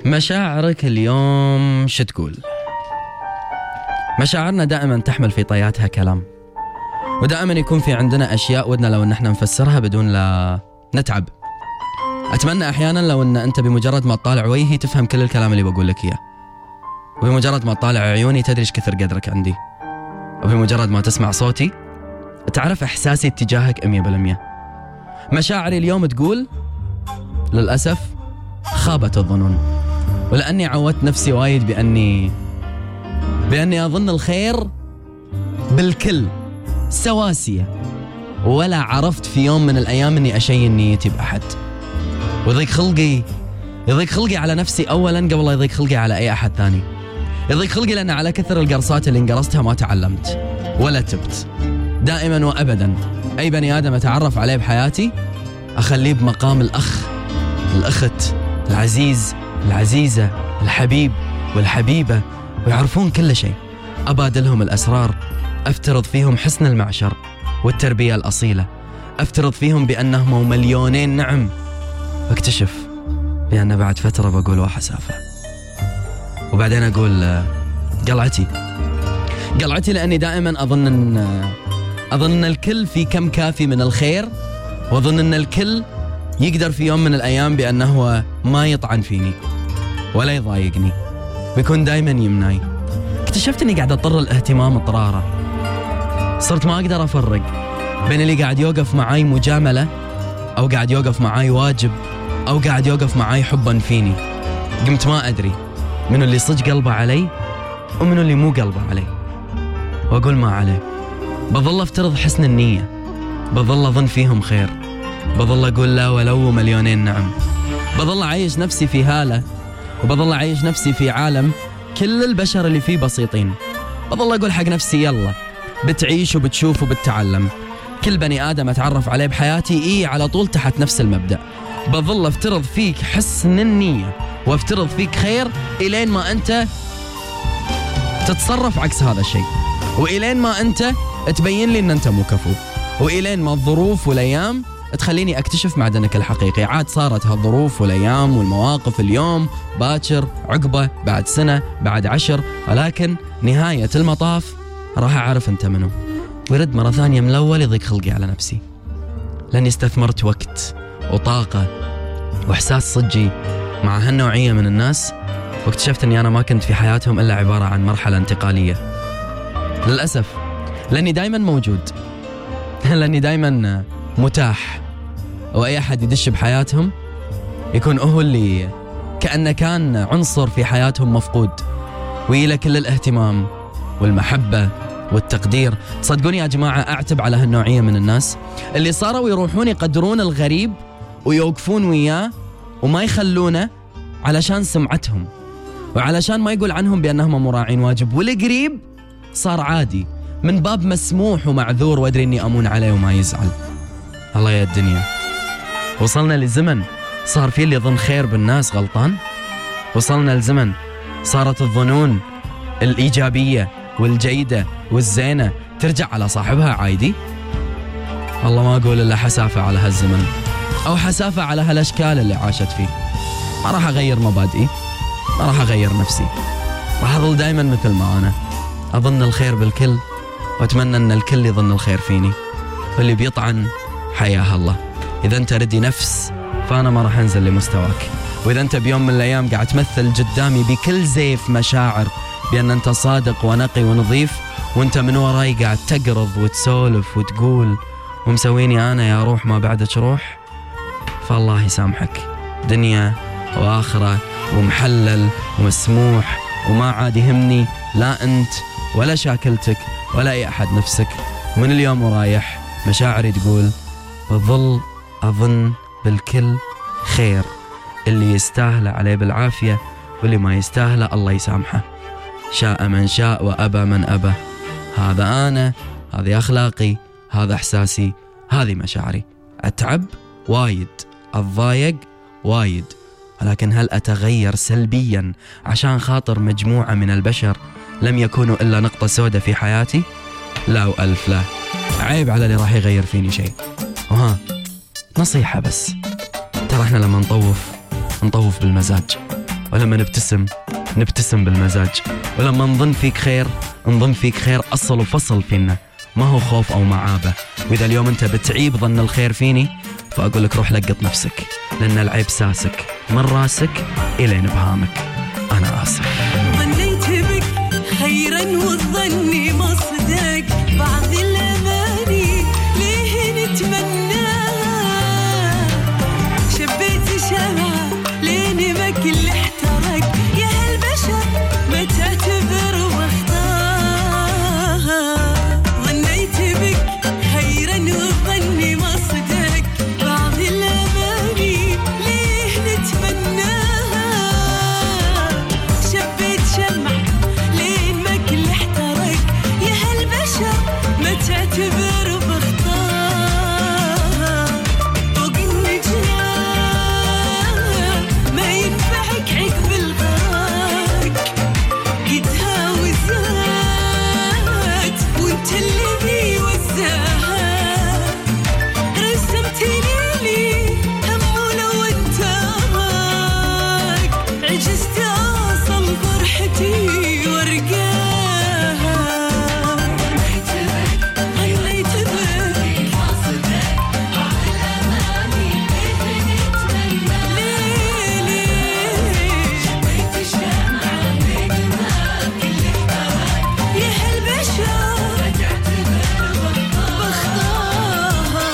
مشاعرك اليوم شو تقول؟ مشاعرنا دائما تحمل في طياتها كلام، ودائما يكون في عندنا أشياء ودنا لو ان احنا نفسرها بدون لا نتعب. أتمنى أحيانا لو ان أنت بمجرد ما تطالع وجهي تفهم كل الكلام اللي بقول لك إياه، وبمجرد ما تطالع عيوني تدري ايش كثر قدرك عندي، وبمجرد ما تسمع صوتي تعرف إحساسي اتجاهك 100%. مشاعري اليوم تقول للأسف خابت الظنون، ولأني عودت نفسي وايد بأني أظن الخير بالكل سواسية، ولا عرفت في يوم من الأيام أني أشين نيتي بأحد، ويضيق خلقي على نفسي أولا قبل لا يضيق خلقي على أي أحد ثاني. يضيق خلقي لأن على كثر القرصات اللي انقرصتها ما تعلمت ولا تبت. دائما وأبدا أي بني آدم أتعرف عليه بحياتي أخليه بمقام الأخ، الأخت، العزيز، العزيزة، الحبيب والحبيبة، ويعرفون كل شيء. أبادلهم الأسرار، أفترض فيهم حسن المعشر والتربية الأصيلة، أفترض فيهم بأنهم مليونين نعم، واكتشف بأن بعد فترة بقول وحسافة، وبعدين أقول قلعتي لأني دائما أظن أن الكل في كم كافي من الخير، وأظن أن الكل يقدر في يوم من الأيام بأنه ما يطعن فيني ولا يضايقني، بيكون دايما يمناي. اكتشفت أني قاعد أضطر الاهتمام اضطرارا، صرت ما أقدر أفرق بين اللي قاعد يوقف معاي مجاملة، أو قاعد يوقف معاي واجب، أو قاعد يوقف معاي حبا فيني. قمت ما أدري منو اللي صج قلبه علي ومنو اللي مو قلبه علي، وأقول ما عليه. بظل أفترض حسن النية، بظل أظن فيهم خير، بظل أقول لا ولو مليونين نعم، بظل أعيش نفسي في هالة، وبظل أعيش نفسي في عالم كل البشر اللي فيه بسيطين. بظل أقول حق نفسي يلا بتعيش وبتشوف وبتتعلم. كل بني آدم أتعرف عليه بحياتي على طول تحت نفس المبدأ. بظل أفترض فيك حسن النية وافترض فيك خير إلين ما أنت تتصرف عكس هذا الشيء، وإلين ما أنت تبين لي أن أنت مو كفو، وإلين ما الظروف والأيام تخليني أكتشف معدنك الحقيقي. عاد صارت هالظروف والأيام والمواقف اليوم باكر عقبة بعد سنة بعد 10، ولكن نهاية المطاف راح أعرف أنت منو، ويرد مرة ثانية من الأول يضيق خلقي على نفسي، لأني استثمرت وقت وطاقة وإحساس صجي مع هالنوعية من الناس، واكتشفت أني أنا ما كنت في حياتهم إلا عبارة عن مرحلة انتقالية. للأسف لأني دايما موجود، لأني دايما متاح، وأي أحد يدش بحياتهم يكون هو اللي كأنه كان عنصر في حياتهم مفقود، ويله كل الاهتمام والمحبة والتقدير. تصدقوني يا جماعة أعتب على هالنوعية من الناس اللي صاروا يروحون يقدرون الغريب ويوقفون وياه وما يخلونه علشان سمعتهم، وعلشان ما يقول عنهم بأنهم مراعين واجب، والقريب صار عادي من باب مسموح ومعذور، وأدري أني أمون عليه وما يزعل. الله يا الدنيا، وصلنا لزمن صار فيه اللي يظن خير بالناس غلطان. وصلنا لزمن صارت الظنون الإيجابية والجيدة والزينة ترجع على صاحبها عادي. الله ما أقول إلا حسافة على هالزمن، أو حسافة على هالأشكال اللي عاشت فيه. ما راح أغير مبادئي، ما راح أغير نفسي، راح أظل دايما مثل ما أنا، أظن الخير بالكل، وأتمنى أن الكل يظن الخير فيني، واللي بيطعن حياه الله. إذا أنت ردي نفس فأنا ما راح أنزل لمستواك، وإذا أنت بيوم من الأيام قاعد تمثل قدامي بكل زيف مشاعر بأن أنت صادق ونقي ونظيف، وأنت من وراي قاعد تقرض وتسولف وتقول ومسويني أنا يا روح ما بعدك روح، فالله يسامحك. دنيا وآخرة ومحلل ومسموح، وما عاد يهمني لا أنت ولا شاكلتك ولا أي أحد نفسك. من اليوم ورايح مشاعري تقول بظل أظن بالكل خير، اللي يستاهل عليه بالعافية، واللي ما يستاهل الله يسامحه. شاء من شاء وأبى من أبى. هذا أنا، هذه أخلاقي، هذا إحساسي، هذه مشاعري. أتعب وايد، أتضايق وايد، ولكن هل أتغير سلبيا عشان خاطر مجموعة من البشر لم يكونوا إلا نقطة سوداء في حياتي؟ لا وألف لا. عيب على اللي راح يغير فيني شيء. وها نصيحة بس، ترى احنا لما نطوف بالمزاج، ولما نبتسم بالمزاج، ولما نظن فيك خير أصل وفصل فينا، ما هو خوف أو معابة. وإذا اليوم أنت بتعيب ظن الخير فيني، فأقول لك روح لقط نفسك، لأن العيب ساسك من راسك إلين بهامك. أنا آسف. ظنيت بك خيرا والظن مصدق، بعض الأماني ليه نتمناها، شبيت شمعة لين ما كل احترق، يا هالبشر ما تعتبر واختارها. ظنيت بك خيرا والظن مصدق، بعض الأماني ليه نتمناها، شبيت شمعة لين ما كل احترق، يا هالبشر ما تعتبر باختارها. فوق النجاة ما ينفعك عقب الغرق، قدها وزات وانت اللي بيوزعها، رسمت ليلي هم ولو انت راك، عجزت اصل فرحتي وارقاها. ظنيت بك يا هالبشر بختارها.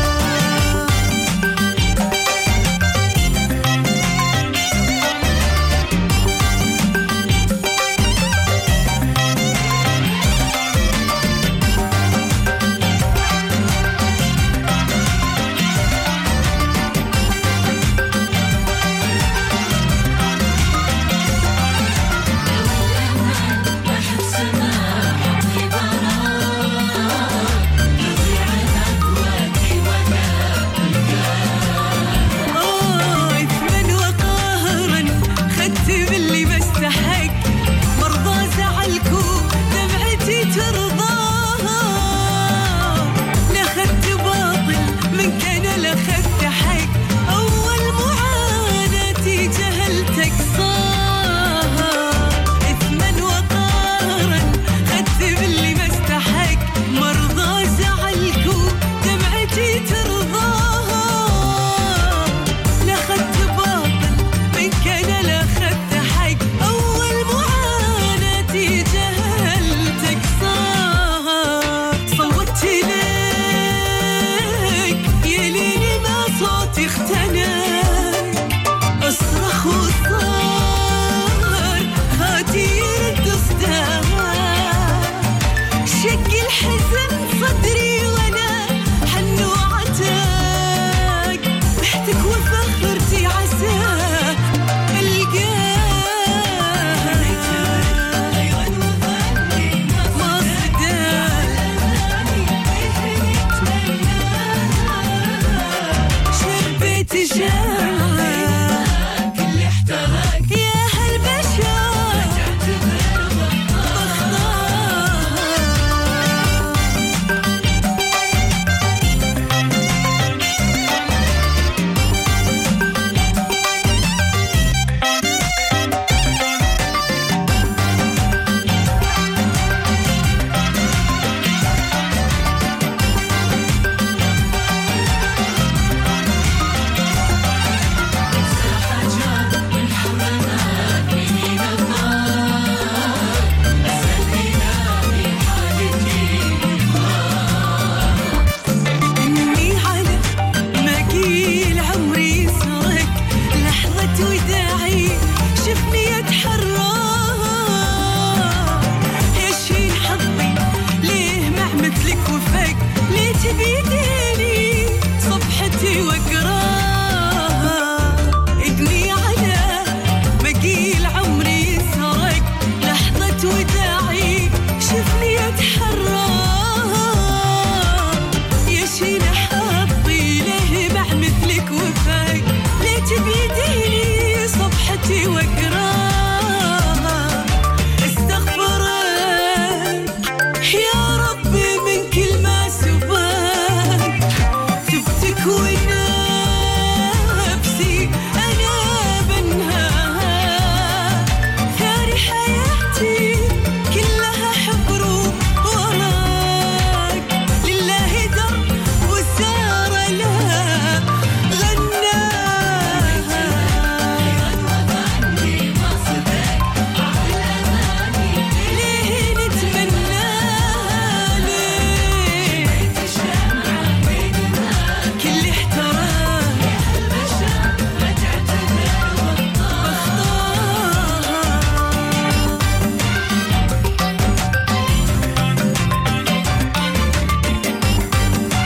إثما وقهرا خدت باللي بستحق، مرضى زعلكم دمعتي ترضاها، لا خدت باطل منك أنا لا خدت حق، أول معاناتي جهلتك صار